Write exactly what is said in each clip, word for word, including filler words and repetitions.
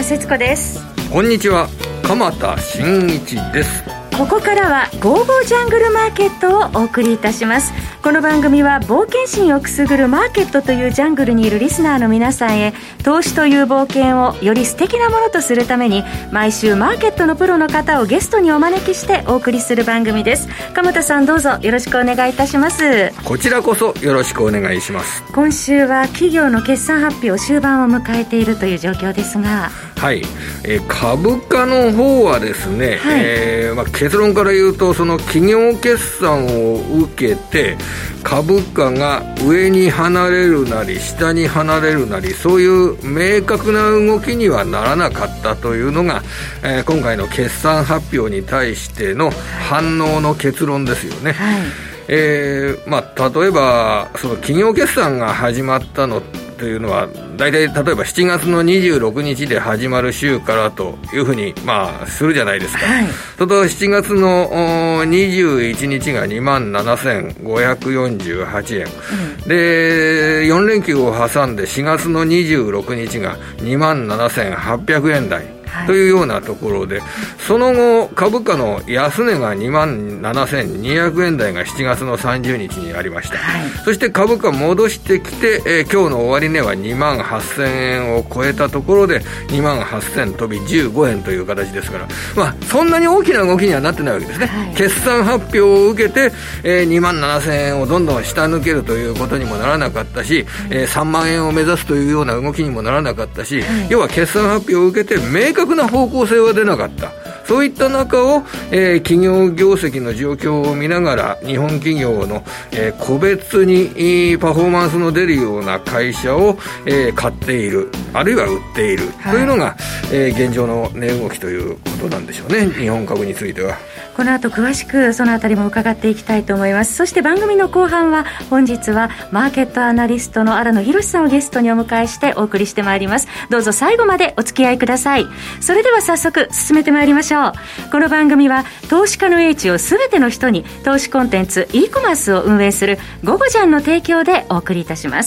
節子です。 こんにちは、鎌田新一です。 ここからはゴーゴージャングルマーケットをお送りいたします。この番組は冒険心をくすぐるマーケットというジャングルにいるリスナーの皆さんへ、投資という冒険をより素敵なものとするために、毎週マーケットのプロの方をゲストにお招きしてお送りする番組です。鎌田さん、どうぞよろしくお願いいたします。 こちらこそよろしくお願いします。 今週は企業の決算発表終盤を迎えているという状況ですが、 はい、えー、株価の方はですね、はい、えーまあ、結論から言うと、その企業決算を受けて株価が上に離れるなり下に離れるなり、そういう明確な動きにはならなかったというのが、えー、今回の決算発表に対しての反応の結論ですよね。はい、えーまあ、例えばその企業決算が始まったのというのは、大体例えばしちがつのにじゅうろくにちで始まる週からというふうに、まあ、するじゃないですか。はい、それとしちがつのにじゅういちにちがにまんななせんごひゃくよんじゅうはちえん、うん、でよん連休を挟んでしがつのにじゅうろくにちがにまんななせんはっぴゃくえん台というようなところで、その後株価の安値がにまんななせんにひゃくえん台がしちがつのさんじゅうにちにありました。はい、そして株価戻してきて、えー、今日の終値はにまんはっせんえんを超えたところでにまんはっせん飛びじゅうごえんという形ですから、まあ、そんなに大きな動きにはなってないわけですね。はい、決算発表を受けて、えー、にまんななせんえんをどんどん下抜けるということにもならなかったし、えー、さんまんえんを目指すというような動きにもならなかったし、はい、要は決算発表を受けて明確な方向性は出なかった。そういった中を、えー、企業業績の状況を見ながら日本企業の、えー、個別に、えー、パフォーマンスの出るような会社を、えー、買っている、あるいは売っている、はい、というのが、えー、現状の値動きということなんでしょうね。日本株についてはこの後詳しくそのあたりも伺っていきたいと思います。そして番組の後半は、本日はマーケットアナリストの荒野博さんをゲストにお迎えしてお送りしてまいります。どうぞ最後までお付き合いください。それでは早速進めてまいりましょう。この番組は投資家の英知をすべての人に、投資コンテンツ e コマースを運営するゴゴジャンの提供でお送りいたします。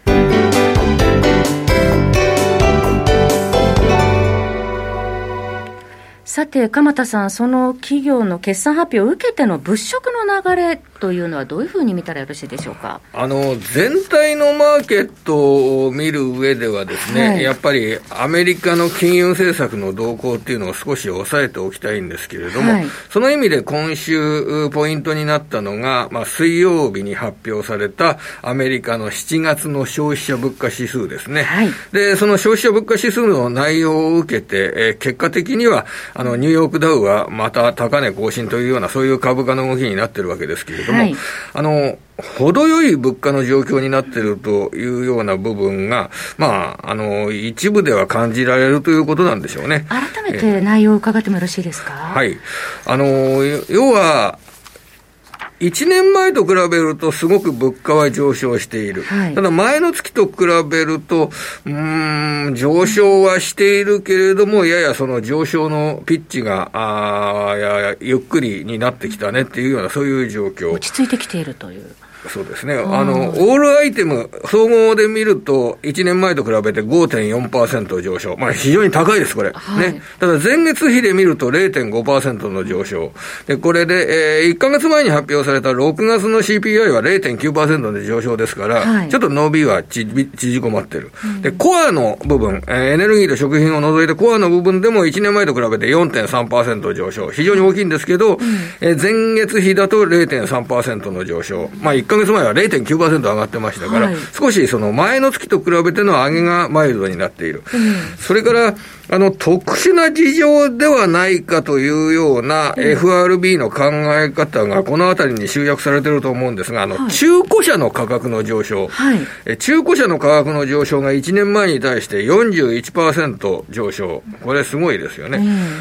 さて鎌田さん、その企業の決算発表を受けての物色の流れというのはどういうふうに見たらよろしいでしょうか。 あの全体のマーケットを見る上ではですね、はい、やっぱりアメリカの金融政策の動向っていうのを少し抑えておきたいんですけれども、はい、その意味で今週ポイントになったのが、まあ、水曜日に発表されたアメリカのしちがつの消費者物価指数ですね。はい、でその消費者物価指数の内容を受けて、えー、結果的にはあのニューヨークダウはまた高値更新というような、そういう株価の動きになっているわけですけれども、はい、あの程よい物価の状況になっているというような部分が、まあ、あの一部では感じられるということなんでしょうね。 改めて内容を伺ってもよろしいですか。 はい、あの要はいちねんまえと比べるとすごく物価は上昇している。はい、ただ前の月と比べると、うーん、上昇はしているけれども、ややその上昇のピッチが、あややゆっくりになってきたねっていうような、そういう状況。 落ち着いてきているという。 そうですね。あの、オールアイテム、総合で見ると、いちねんまえと比べて ごてんよんパーセント 上昇。まあ、非常に高いです、これ。はい、ね。ただ、前月比で見ると れいてんごパーセント の上昇。で、これで、えー、いっかげつまえに発表されたろくがつの シーピーアイ は れいてんきゅうパーセント で上昇ですから、はい、ちょっと伸びはち縮こまってる。うん、で、コアの部分、えー、エネルギーと食品を除いてコアの部分でもいちねんまえと比べて よんてんさんパーセント 上昇。非常に大きいんですけど、うん、えー、前月比だと れいてんさんパーセント の上昇。まあ、いっかげつまえは れいてんきゅうパーセント 上がってましたから、はい、少しその前の月と比べての上げがマイルドになっている。うん、それから、あの、特殊な事情ではないかというような エフアールビー の考え方がこのあたりに集約されていると思うんですが、あの、中古車の価格の上昇。はい、え中古車の価格の上昇がいちねんまえに対して よんじゅういちパーセント 上昇。これすごいですよね。うん、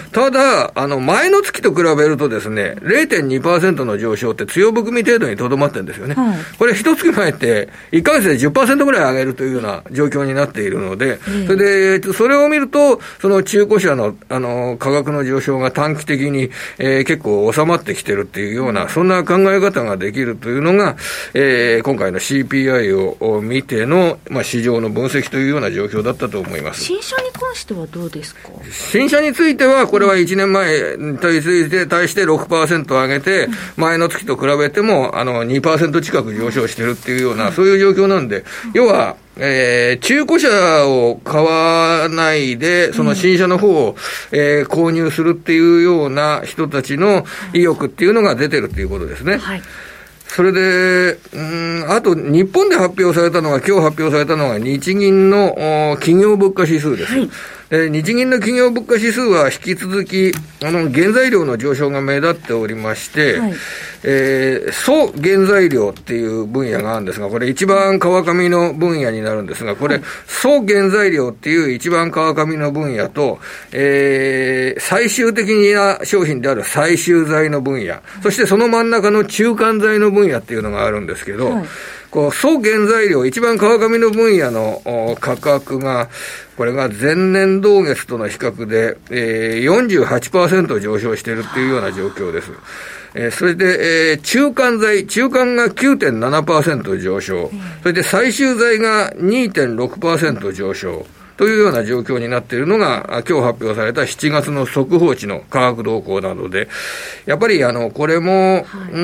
ただ、あの、前の月と比べるとですね、れいてんにパーセント の上昇って強含み程度にとどまってるんですよね。 はい、これ一月前っていっかげつで じゅっパーセント ぐらい上げるというような状況になっているので、うん、それでそれを見るとその中古車のあの価格の上昇が短期的に、えー、結構収まってきてるっていうような、そんな考え方ができるというのが、えー、今回の シーピーアイ を見ての、まあ、市場の分析というような状況だったと思います。 新車に関してはどうですか？ 新車についてはこれはいちねんまえに対して対して ろくパーセント 上げて、前の月と比べてもあの にパーセント 近く上昇してるっていうような、そういう状況なんで、要はえー、中古車を買わないで、その新車の方を、えー、購入するっていうような人たちの意欲っていうのが出てるっていうことですね。はい。それで、うん、あと日本で発表されたのが、今日発表されたのが日銀の企業物価指数です。はい。えー、日銀の企業物価指数は引き続き、あの、原材料の上昇が目立っておりまして、はい、えー、粗原材料っていう分野があるんですが、これ一番川上の分野になるんですが、これ、はい、粗原材料っていう一番川上の分野と、えー、最終的な商品である最終材の分野、そしてその真ん中の中間材の分野っていうのがあるんですけど、はい、こう粗原材料、一番川上の分野の価格が、これが前年同月との比較で、えー、よんじゅうはちパーセント 上昇しているっていうような状況です。えー、それで、えー、中間材、中間が きゅうてんななパーセント 上昇、それで最終材が にてんろくパーセント 上昇。というような状況になっているのが、今日発表されたしちがつの速報値の価格動向なので、やっぱりあの、これも、はい、うん、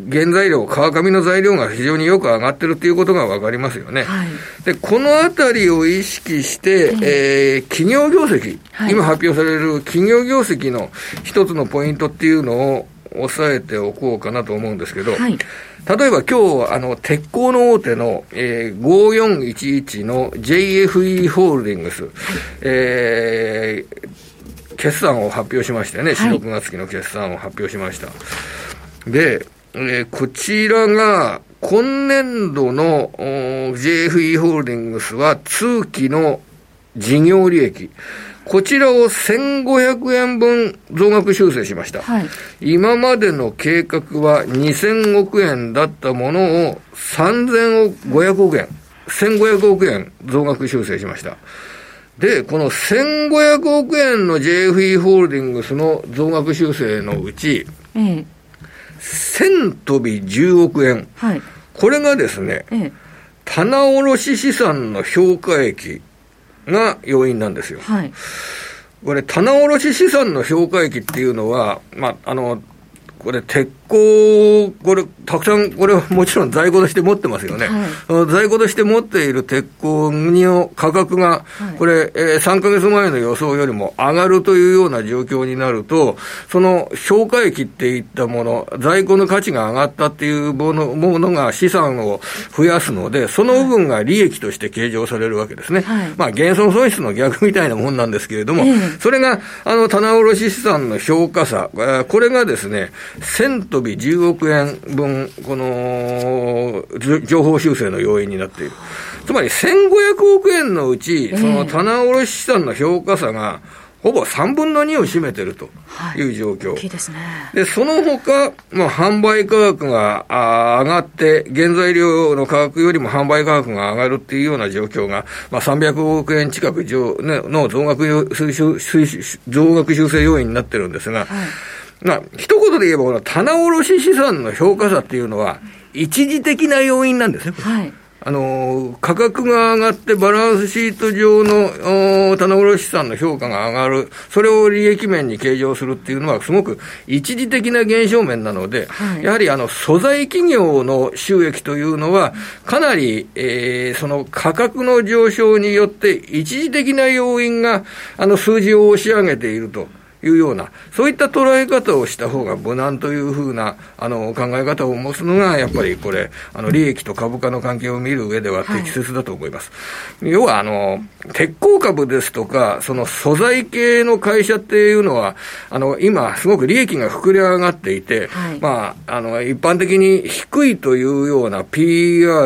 原材料、川上の材料が非常によく上がっているということがわかりますよね。はい、で、このあたりを意識して、えーえー、企業業績、はい、今発表される企業業績の一つのポイントっていうのを押さえておこうかなと思うんですけど、はい、例えば今日、あの、鉄鋼の大手の、えー、ごよんいちいちの ジェイエフイー ホールディングス、えー、決算を発表しましてね、よん、ろくがつ期の決算を発表しました。で、えー、こちらが、今年度の ジェイエフイー ホールディングスは通期の事業利益、こちらをせんごひゃくえんぶん増額修正しました。はい、今までの計画はにせんおくえんだったものをさんぜんごひゃくおくえん、せんごひゃくおくえん増額修正しました。で、このせんごひゃくおくえんの ジェイエフイー ホールディングスの増額修正のうち、ええ、せんとびじゅうおくえん、はい、これがですね、ええ、棚卸資産の評価益が要因なんですよ。はい。これ、棚卸資産の評価益っていうのは、まあ、あの、これ、鉄鋼、これ、たくさん、これはもちろん在庫として持ってますよね。はい、在庫として持っている鉄鋼の価格が、はい、これ、えー、さんかげつまえの予想よりも上がるというような状況になると、その評価益っていったもの、在庫の価値が上がったっていうもの、ものが資産を増やすので、その部分が利益として計上されるわけですね。はい、まあ、減損損失の逆みたいなもんなんですけれども、えー、それが、あの、棚卸資産の評価差、これがですね、せんとびじゅうおくえんぶん、この、情報修正の要因になっている。つまりせんごひゃくおくえんのうち、その棚卸資産の評価差が、ほぼさんぶんのにを占めているという状況。はい、大きいですね。で、その他、まあ、販売価格が上がって、原材料の価格よりも販売価格が上がるっていうような状況が、まあ、さんびゃくおくえん近くの増額、増額修正要因になってるんですが、はい、まあ、一言で言えば、この棚卸資産の評価差っていうのは、一時的な要因なんですね。はい。あの、価格が上がってバランスシート上の棚卸資産の評価が上がる、それを利益面に計上するっていうのはすごく一時的な現象面なので、はい、やはりあの素材企業の収益というのはかなり、えー、その価格の上昇によって一時的な要因があの数字を押し上げているというような、そういった捉え方をした方が無難というふうなあの考え方を持つのがやっぱりこれあの利益と株価の関係を見る上では適切だと思います。はい、要はあの鉄鋼株ですとかその素材系の会社っていうのはあの今すごく利益が膨れ上がっていて、はい、まああの一般的に低いというような ピーアール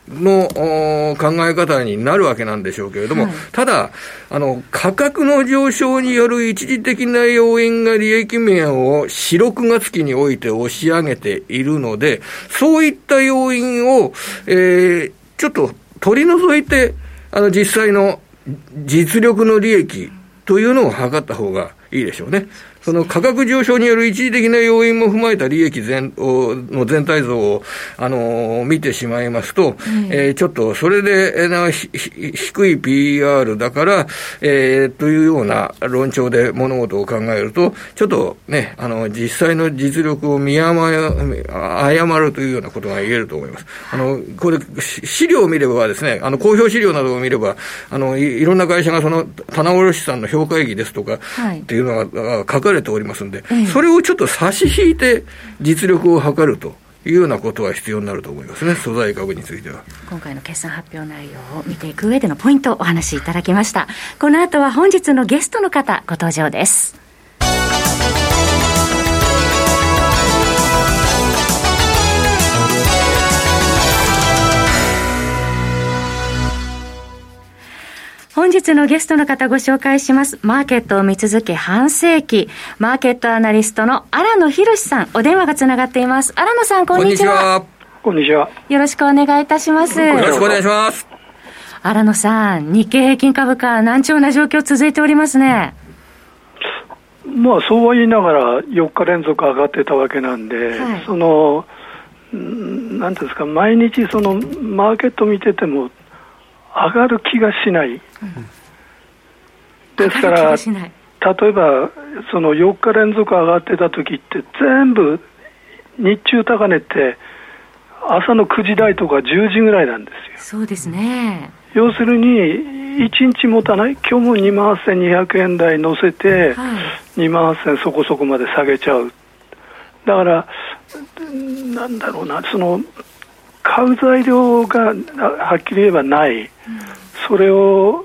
の考え方になるわけなんでしょうけれども、はい、ただあの価格の上昇による一時的な要因が利益面をよん、ろくがつ期において押し上げているので、そういった要因を、えー、ちょっと取り除いて、あの実際の実力の利益というのを測った方がいいでしょうね。その価格上昇による一時的な要因も踏まえた利益全の全体像を、あのー、見てしまいますと、うん、えー、ちょっとそれで、えー、低い ピーイーアール だから、えー、というような論調で物事を考えると、ちょっとね、あの実際の実力を見誤るというようなことが言えると思います。あのこれ資料を見ればですね、あの公表資料などを見れば、あの い, いろんな会社がその棚卸さんの評価益ですとか、はい、っていうのが書かれておりますので、ええ、それをちょっと差し引いて実力を測るというようなことは必要になると思いますね。素材株については今回の決算発表内容を見ていく上でのポイントをお話しいただきました。この後は本日のゲストの方ご登場です。本日のゲストの方ご紹介します。マーケットを見続け半世紀、マーケットアナリストの荒野博さん、お電話がつながっています。荒野さん、こんにちは。 こんにちは。 よろしくお願いいたします。 よろしくお願いします。 荒野さん、日経平均株価難聴な状況続いておりますね。 まあそうは言いながらよっか連続上がってたわけなんで、はい、そのなんていうんですか、毎日そのマーケット見てても上がる気がしない、うん、ですから例えばそのよっか連続上がってた時って全部日中高値って朝のくじ台とかじゅうじぐらいなんですよ。そうですね。 要するにいちにち持たない。今日もにまんはっせんにひゃくえん台乗せて、はい、にまんはっせんそこそこまで下げちゃう。だからなんだろうな、その買う材料がはっきり言えばない、うん、それを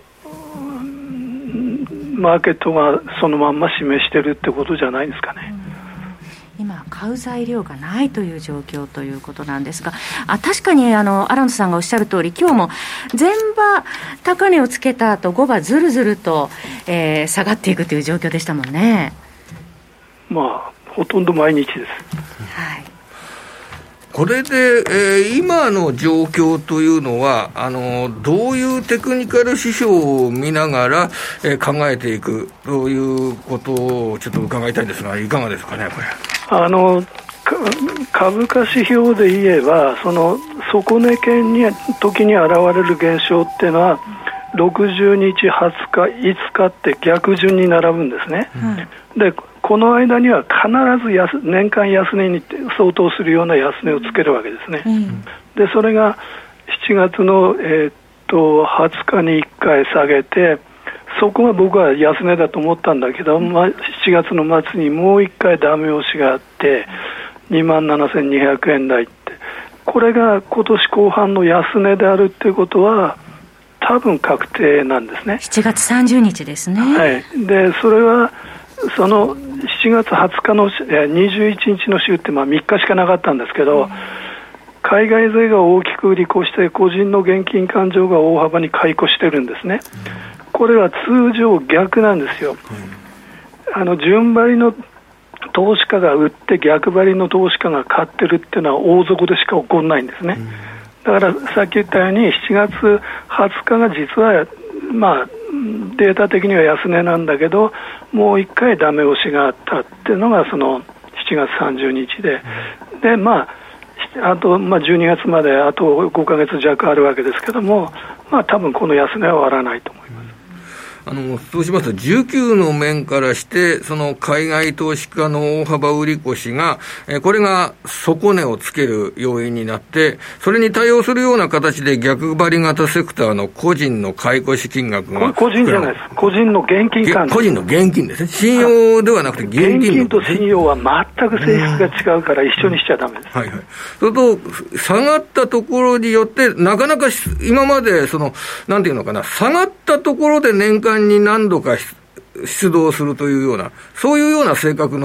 マーケットがそのまんま示してるってことじゃないですかね、 うん、今買う材料がないという状況ということなんですが、あ確かにあの荒野さんがおっしゃる通り、今日も前場高値をつけた後後場ずるずると、えー、下がっていくという状況でしたもんね。 まあほとんど毎日です。 はい。 これで、えー、今の状況というのはあのどういうテクニカル指標を見ながら、えー、考えていくということをちょっと伺いたいんですが、いかがですかね。これあの株価指標で言えば、その底値圏に時に現れる現象っていうのはろくじゅうにち、はつか、いつかって逆順に並ぶんですね、うん、でこの間には必ず安年間安値に相当するような安値をつけるわけですね、うん、でそれがしちがつの、えー、っとはつかにいっかい下げて、そこが僕は安値だと思ったんだけど、まあ、しちがつの末にもういっかいダメ押しがあってにまんななせんにひゃくえん台って、これが今年後半の安値であるっていうことは多分確定なんですね。 しちがつさんじゅうにちですね。 はい。でそれはそのしちがつはつかのにじゅういちにちの週ってまあみっかしかなかったんですけど、うん、海外勢が大きく売り越して個人の現金勘定が大幅に買い越してるんですね、うん、これは通常逆なんですよ、うん、あの順張りの投資家が売って逆張りの投資家が買ってるっていうのは大底でしか起こらないんですね、うん、だからさっき言ったようにしちがつはつかが実はまあデータ的には安値なんだけど、もう一回ダメ押しがあったっていうのがそのしちがつさんじゅうにちで、うん、でまああと、まあ、じゅうにがつまであとごかげつ弱あるわけですけども、まあ多分この安値は終わらないと思います。 あのそうしますとじゅうきゅうの面からしてその海外投資家の大幅売り越しが、えー、これが底値をつける要因になって、それに対応するような形で逆張り型セクターの個人の買い越し金額が個人じゃないです。個人の現金管理、 個人の現金ですね。信用ではなくて現金の、 現金と信用は全く性質が違うから一緒にしちゃダメです、 はいはい、それと下がったところによってなかなか今までそのなんていうのかな、下がったところで年間に何度か出動するというような、そういうような性格の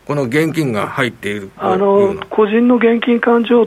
この現金が入っているあの個人の現金勘定って、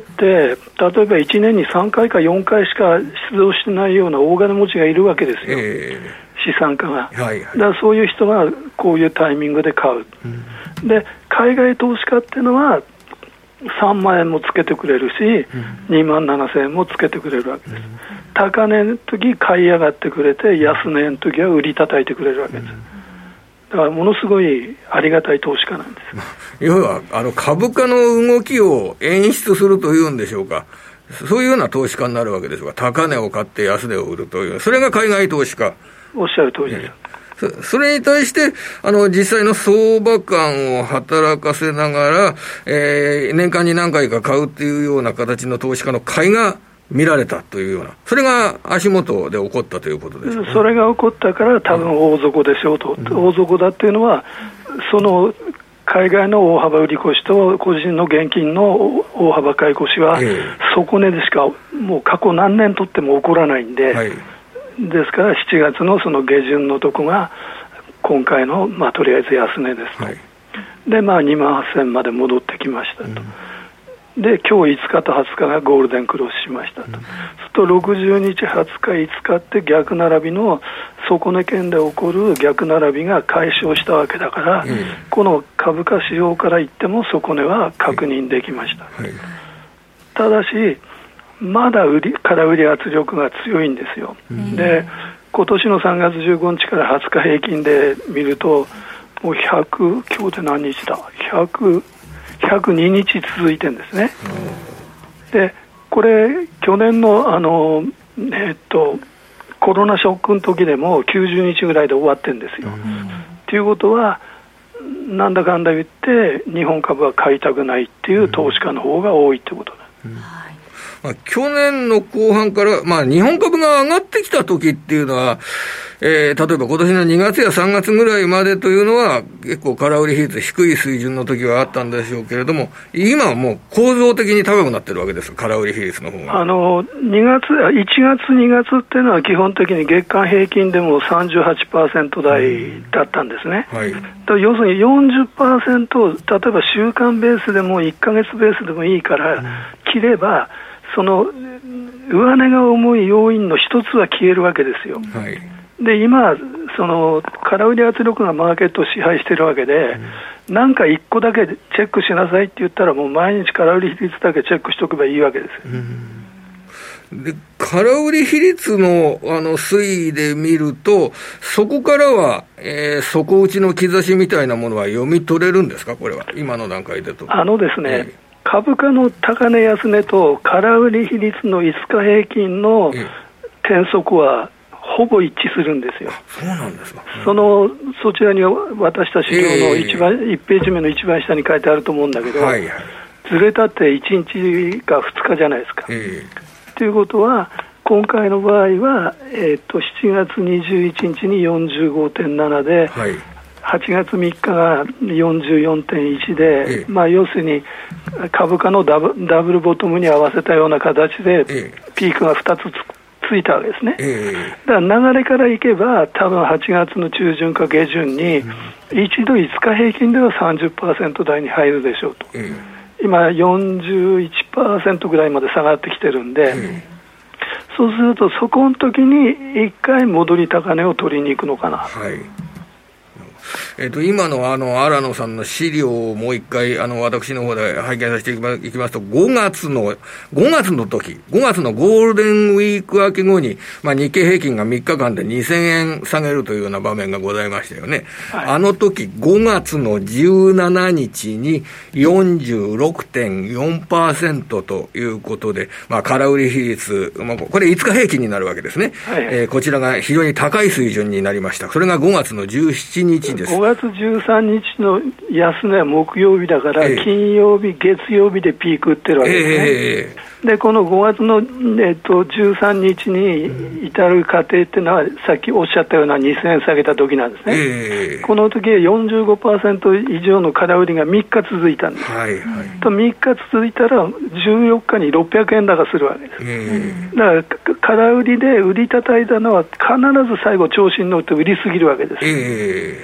例えばいちねんにさんかいかよんかいしか出動してないような大金持ちがいるわけですよ、えー、資産家が、はいはい、だからそういう人がこういうタイミングで買う、うん、で海外投資家っていうのはさんまんえんもつけてくれるし、うん、にまんななせんえんもつけてくれるわけです、うん、高値の時買い上がってくれて、安値の時は売り叩いてくれるわけです、うん、だからものすごいありがたい投資家なんです要はあの株価の動きを演出するというんでしょうか、そういうような投資家になるわけですが、高値を買って安値を売るという、それが海外投資家。 おっしゃる通りです、ね、 そ, それに対してあの実際の相場感を働かせながら、えー、年間に何回か買うっていうような形の投資家の買いが見られたというような、それが足元で起こったということですね。 それが起こったから多分大底でしょうと、うん、大底だっていうのはその海外の大幅売り越しと個人の現金の大幅買い越しは底値でしかもう過去何年とっても起こらないんで、はい、ですからしちがつのその下旬のとこが今回の、まあ、とりあえず安値ですと、はい、でまあにまんはっせんまで戻ってきましたと、うん、で今日いつかとはつかがゴールデンクロスしましたと、うん、そうするとろくじゅうにちはつかいつかって逆並びの底値圏で起こる逆並びが解消したわけだから、うん、この株価指標から言っても底値は確認できました、はいはい、ただしまだ売り空売り圧力が強いんですよ、うん、で今年のさんがつじゅうごにちからはつか平均で見るともうひゃく、今日で何日だひゃく、ひゃくににち続いてるんですね、うん、でこれ去年のあのえっとコロナショックの時でもきゅうじゅうにちぐらいで終わってるんですよ、うん、ということはなんだかんだ言って日本株は買いたくないっていう投資家の方が多いってことだ、うんまあ、去年の後半から、まあ、日本株が上がってきた時っていうのは、えー、例えば今年のにがつやさんがつぐらいまでというのは結構空売り比率低い水準の時はあったんでしょうけれども、今はもう構造的に高くなってるわけです、空売り比率の方が。 あのにがついちがつにがつっていうのは基本的に月間平均でも さんじゅうはちパーセント 台だったんですね、うんはい、だ要するに よんじゅっパーセント 例えば週間ベースでもいっかげつベースでもいいから切れば、その上値が重い要因の一つは消えるわけですよ、はい、で今その空売り圧力がマーケットを支配しているわけで、うん、なんかいっこだけチェックしなさいって言ったらもう毎日空売り比率だけチェックしておけばいいわけですよ、 うん、で空売り比率 の, あの推移で見るとそこからは、えー、底打ちの兆しみたいなものは読み取れるんですか、これは今の段階でと。 あのですね、えー株価の高値安値と空売り比率のいつか平均の転速はほぼ一致するんですよ。 そうなんですか、 そのそちらに渡した資料の一番、えー、いちページ目の一番下に書いてあると思うんだけど、はいはい、ずれたっていちにちかふつかじゃないですか、えー、ということは今回の場合は、えー、としちがつにじゅういちにちに よんじゅうごてんなな で、はいはちがつみっかが よんじゅうよんてんいち で、ええまあ、要するに株価のダ ブ, ダブルボトムに合わせたような形でピークがふたつ つ, ついたわけですね、ええ、だから流れからいけば多分はちがつの中旬か下旬に一度いつか平均では さんじゅっパーセント 台に入るでしょうと、ええ、今 よんじゅういちパーセント ぐらいまで下がってきてるんで、ええ、そうするとそこの時にいっかい戻り高値を取りに行くのかな、はいえー、と今のあの荒野さんの資料をもう一回あの私の方で拝見させていきますと、ごがつのごがつの時ごがつのゴールデンウィーク明け後に、まあ、日経平均がみっかかんでにせんえん下げるというような場面がございましたよね、はい、あの時ごがつのじゅうしちにちに よんじゅうろくてんよんパーセント ということで、まあ、空売り比率、まあ、これいつか平均になるわけですね、はいえー、こちらが非常に高い水準になりました。それがごがつのじゅうしちにちです。 ごがつじゅうさんにちの安値は木曜日だから、えー、金曜日月曜日でピーク打ってるわけですね、えーでこのごがつの、えっと、じゅうさんにちに至る過程っていうのはさっきおっしゃったようなにせんえん下げた時なんですね、えー、この時は よんじゅうごパーセント 以上の空売りがみっか続いたんです、はいはい、とみっか続いたらじゅうよっかにろっぴゃくえん高するわけです、えー、だから空売りで売り叩いたのは必ず最後調子に乗って売りすぎるわけです、えー、それで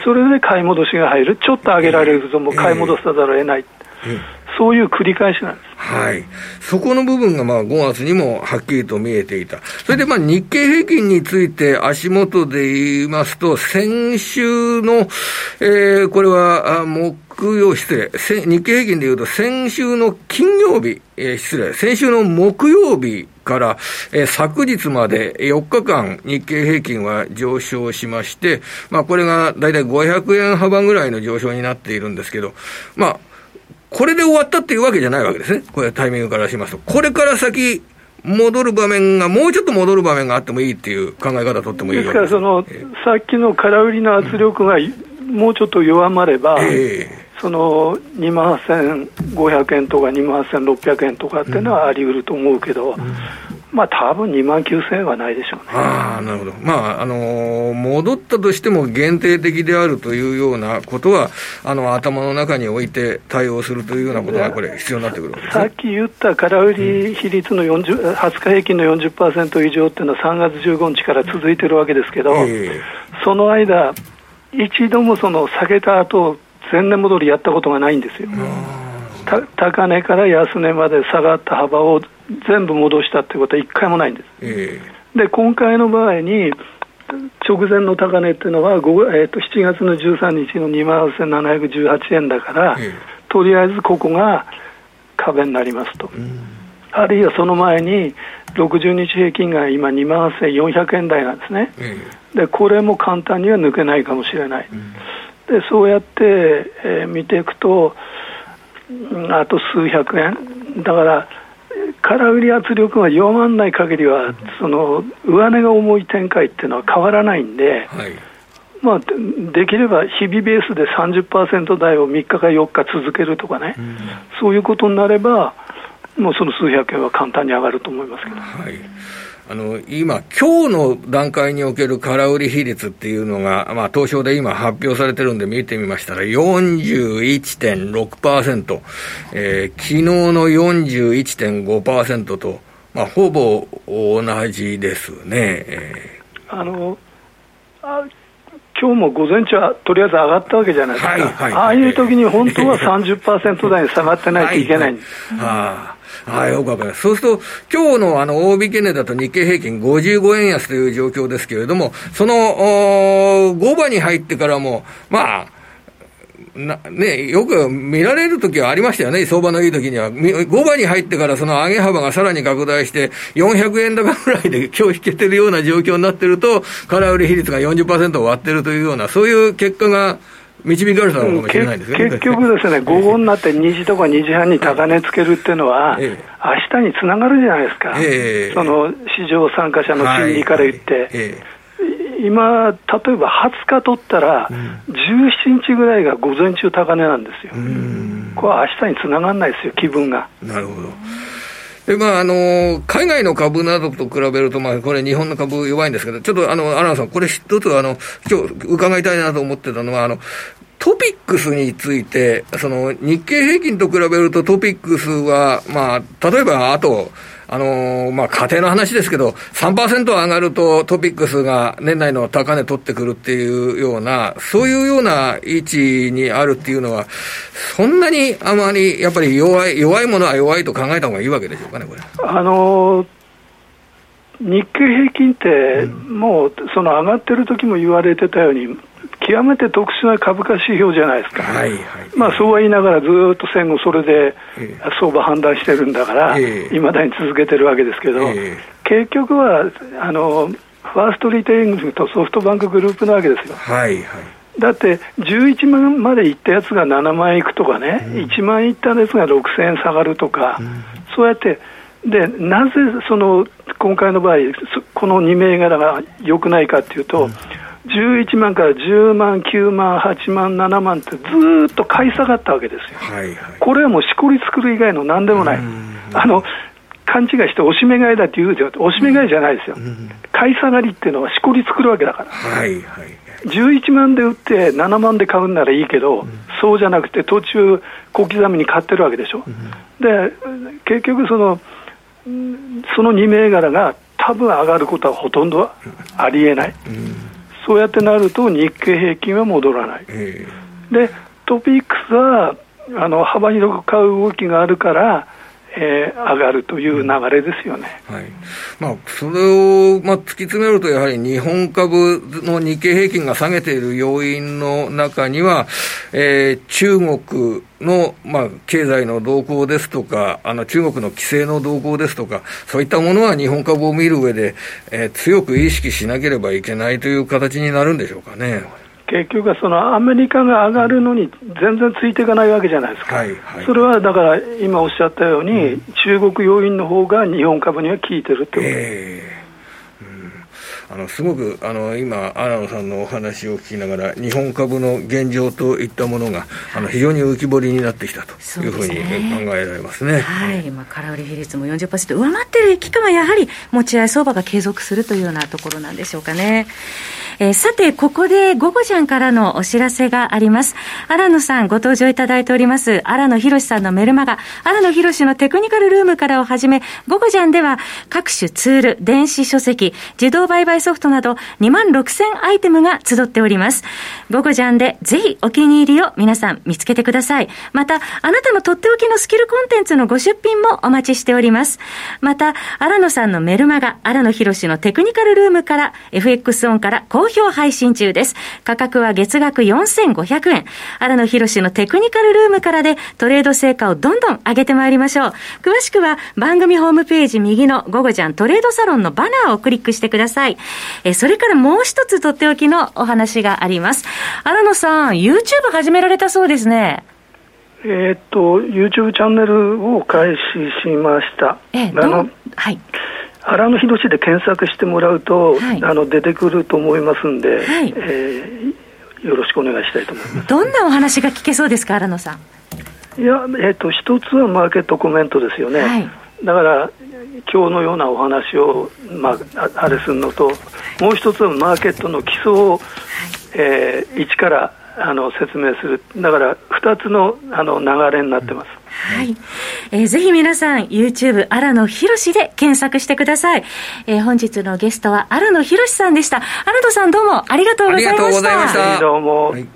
買い戻しが入る、ちょっと上げられるともう買い戻さざるを得ない、えーえー、そういう繰り返しなんです。 はい、そこの部分がまあごがつにもはっきりと見えていた。それでまあ日経平均について足元で言いますと、先週の、えー、これは木曜、失礼、日経平均で言うと先週の金曜日、えー、失礼、先週の木曜日から、えー、昨日までよっかかん日経平均は上昇しまして、まあこれがだいたいごひゃくえん幅ぐらいの上昇になっているんですけど、まあこれで終わったっていうわけじゃないわけですね。これタイミングからしますと。これから先、戻る場面が、もうちょっと戻る場面があってもいいっていう考え方をとってもいいわけです。 ですからその、えー、さっきの空売りの圧力がもうちょっと弱まれば、えー、そのにまんせんごひゃくえんとかにまんせんろっぴゃくえんとかっていうのはあり得ると思うけど、うんうん、まあ多分にまんきゅうせんえんはないでしょうね。 ああ、なるほど。まあ、あのー、戻ったとしても限定的であるというようなことは、あの、頭の中に置いて対応するというようなことがこれ必要になってくるわけですね。 さっき言った空売り比率のよんじゅう、はつか平均の よんじゅっパーセント 以上っていうのはさんがつじゅうごにちから続いてるわけですけど、えー、その間、一度もその下げた後、前年戻りやったことがないんですよ。高値から安値まで下がった幅を全部戻したってことは一回もないんです、えー、で今回の場合に直前の高値っていうのは、えー、としちがつのじゅうさんにちのにまんせんななひゃくじゅうはちえんだから、えー、とりあえずここが壁になりますと、うん、あるいはその前にろくじゅうにち平均が今にまんせんよんひゃくえん台なんですね、えー、でこれも簡単には抜けないかもしれない、うん、でそうやって、えー、見ていくとあと数百円だから、空売り圧力が弱まらない限りは、その上値が重い展開っていうのは変わらないんで、はい、まあ、できれば日々ベースで さんじゅっパーセント 台をみっかかよっか続けるとかね、うん、そういうことになれば、もうその数百円は簡単に上がると思いますけど。 はい、あの今、今日の段階における空売り比率っていうのが、まあ、東証で今発表されてるんで見てみましたら よんじゅういってんろくパーセント、えー、昨日の よんじゅういってんごパーセント と、まあ、ほぼ同じですね。えー、あのあ今日も午前中はとりあえず上がったわけじゃないですか、はいはい、ああいう時に本当は さんじゅっパーセント 台に下がってないといけないんです。 はいはい、あああ、よくわかります。そうすると、今日のあの、大引け値だと日経平均ごじゅうごえん安という状況ですけれども、その、ごばに入ってからも、まあ、なね、よく見られるときはありましたよね、相場のいいときには。ごばに入ってからその上げ幅がさらに拡大して、よんひゃくえん高ぐらいで今日引けてるような状況になってると、空売り比率が よんじゅっパーセント を割ってるというような、そういう結果が、導かれたのかもしれないですね、 うん、結局ですね、午後になってにじとかにじはんに高値つけるっていうのは、ええ、明日につながるじゃないですか、ええ、その市場参加者の心理から言って、はいはい、ええ、今、例えばはつか取ったら、うん、じゅうしちにちぐらいが午前中高値なんですよ、うん、これは明日につながらないですよ、気分が。 なるほど。で、まあ、あの、海外の株などと比べると、まあ、これ日本の株弱いんですけど、ちょっとあの、荒野さん、これ一つあの、今日伺いたいなと思ってたのは、あの、トピックスについて、その、日経平均と比べるとトピックスは、まあ、例えば、あと、あのー、まあ、家庭の話ですけど、さんパーセント 上がるとトピックスが年内の高値取ってくるっていうような、そういうような位置にあるっていうのは、そんなにあまり、やっぱり弱い、弱いものは弱いと考えた方がいいわけでしょうかね、これ。 あのー、日経平均って、もう、その上がってる時も言われてたように、極めて特殊な株価指標じゃないですか、はいはい、まあ、そうは言いながらずっと戦後それで相場判断してるんだからいま、えー、だに続けてるわけですけど、えー、結局はあのファーストリテイリングとソフトバンクグループなわけですよ、はいはい、だってじゅういちまんまでいったやつがななまんいくとかね、うん、いちまんいったやつがろくせんえん下がるとか、うん、そうやってでなぜその今回の場合このに銘柄が良くないかというと、うん、じゅういちまんからじゅうまん、きゅうまん、はちまん、ななまんってずっと買い下がったわけですよ、はいはい、これはもうしこり作る以外の何でもない、あの勘違いして押し目買いだって言うと押し目買いじゃないですよ、買い下がりっていうのはしこり作るわけだから、はいはい、じゅういちまんで売ってななまんで買うんならいいけど、うん、そうじゃなくて途中小刻みに買ってるわけでしょ、うん、で結局そのそのに銘柄が多分上がることはほとんどありえない、うん、 そうやってなると日経平均は戻らない、えー、でトピックスはあの幅広く買う動きがあるから、えー、上がるという流れですよね、 はい。まあ、それを、まあ、突き詰めるとやはり日本株の日経平均が下げている要因の中には、えー、中国の、まあ、経済の動向ですとか、あの中国の規制の動向ですとか、そういったものは日本株を見る上で、えー、強く意識しなければいけないという形になるんでしょうかね。 結局はそのアメリカが上がるのに全然ついていかないわけじゃないですか、はいはい、それはだから今おっしゃったように、うん、中国要因の方が日本株には効いてるってことです、えーうん、あのすごくあの今荒野さんのお話を聞きながら日本株の現状といったものがあの非常に浮き彫りになってきたというふうに考えられますね。 はい、まあ、空売り比率も よんじゅっパーセント 上回っている期間はやはり持ち合い相場が継続するというようなところなんでしょうかね。えー、さてここでゴゴジャンからのお知らせがあります。荒野さんご登場いただいております荒野博さんのメルマガ荒野博のテクニカルルームからをはじめゴゴジャンでは各種ツール電子書籍自動売買ソフトなどにまんろくせんアイテムが集っております。ゴゴジャンでぜひお気に入りを皆さん見つけてください。またあなたのとっておきのスキルコンテンツのご出品もお待ちしております。また荒野さんのメルマガ荒野博のテクニカルルームから エフエックス オンから好評配信中です。価格は月額よんせんごひゃくえん。荒野博のテクニカルルームからでトレード成果をどんどん上げてまいりましょう。詳しくは番組ホームページ右のゴゴジャントレードサロンのバナーをクリックしてください。えそれからもう一つとっておきのお話があります。荒野さん YouTube 始められたそうですね。 えー、っと YouTube チャンネルを開始しました。 えー、あのはい荒野博で検索してもらうと、はい、あの出てくると思いますんで、はい、えー、よろしくお願いしたいと思います。 どんなお話が聞けそうですか荒野さん。いや、えー、と一つはマーケットコメントですよね、はい、だから今日のようなお話を、まあ、あれするのともう一つはマーケットの基礎を、はい、えー、一からあの説明する。だからふたつの、あの流れになってます、 はい、えー、ぜひ皆さん YouTube 荒野博で検索してください。えー、本日のゲストは荒野博さんでした。荒野さんどうもありがとうございました。ありがとうございました。 どうも、はい。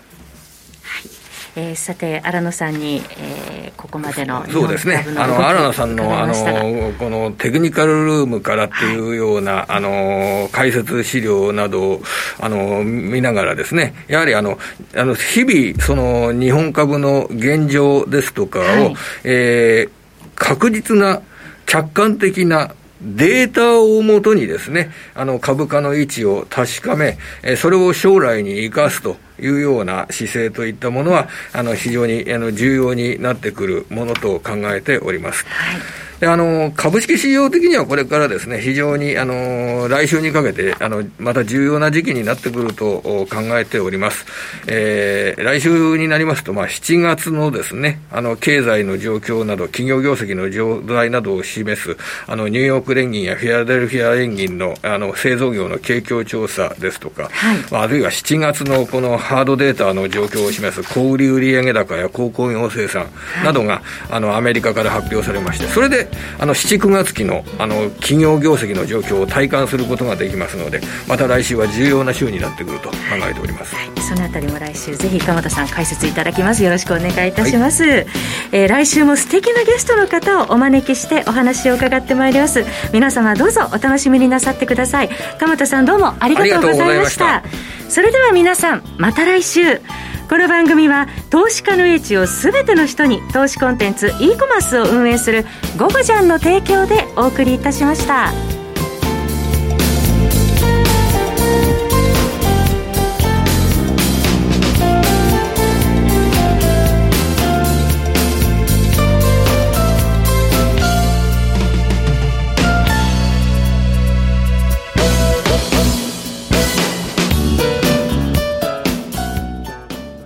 えー、さて荒野さんに、えー、ここまでのそうですね、あの荒野さんのあのこのテクニカルルームからっていうような、はい、あの解説資料などをあの見ながらですね、やはりあのあの日々その日本株の現状ですとかを、はい、えー、確実な客観的なデータをもとにですね、あの株価の位置を確かめ、えそれを将来に生かすというような姿勢といったものはあの非常にあの重要になってくるものと考えております。はい、であの株式市場的にはこれからですね、非常にあの来週にかけてあのまた重要な時期になってくると考えております。えー、来週になりますと、まあ、しちがつのですね、あの経済の状況など企業業績の状態などを示すあのニューヨーク連銀やフィラデルフィア連銀のあの製造業の景況調査ですとか、はい、まあ、あるいはしちがつのこのハードデータの状況を示す小売売上高や鉱工業生産などが、はい、あのアメリカから発表されまして、それであのしち、くがつ期のあの企業業績の状況を体感することができますので、また来週は重要な週になってくると考えております。 はい、そのあたりも来週ぜひ鎌田さん解説いただきます。よろしくお願いいたします。はい、えー、来週も素敵なゲストの方をお招きしてお話を伺ってまいります。皆様どうぞお楽しみになさってください。鎌田さんどうもありがとうございました。それでは皆さんまた来週。この番組は投資家の英知をすべての人に投資コンテンツ e コマースを運営するゴゴジャンの提供でお送りいたしました。